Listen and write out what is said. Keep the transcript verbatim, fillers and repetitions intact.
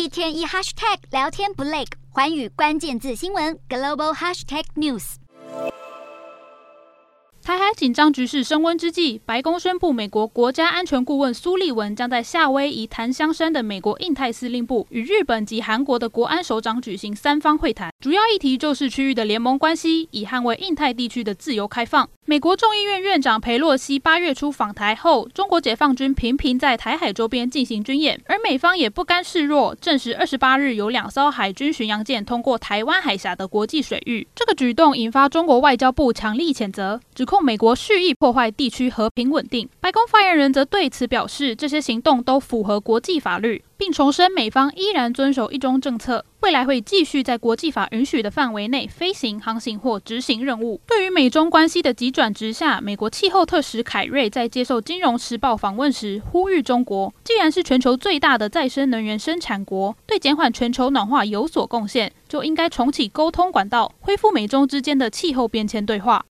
一天一 hashtag 聊天不累，寰宇关键字新闻 global hashtag news。 台海紧张局势升温之际，白宫宣布，美国国家安全顾问苏利文将在夏威夷檀香山的美国印太司令部与日本及韩国的国安首长举行三方会谈，主要议题就是区域的联盟关系，以捍卫印太地区的自由开放。美国众议院院长裴洛西八月初访台后，中国解放军频频在台海周边进行军演，而美方也不甘示弱，证实二十八日有两艘海军巡洋舰通过台湾海峡的国际水域。这个举动引发中国外交部强力谴责，指控美国蓄意破坏地区和平稳定。白宫发言人则对此表示，这些行动都符合国际法律，并重申美方依然遵守一中政策，未来会继续在国际法允许的范围内飞行、航行或执行任务。对于美中关系的急转直下，美国气候特使凯瑞在接受《金融时报》访问时呼吁中国，既然是全球最大的再生能源生产国，对减缓全球暖化有所贡献，就应该重启沟通管道，恢复美中之间的气候变迁对话。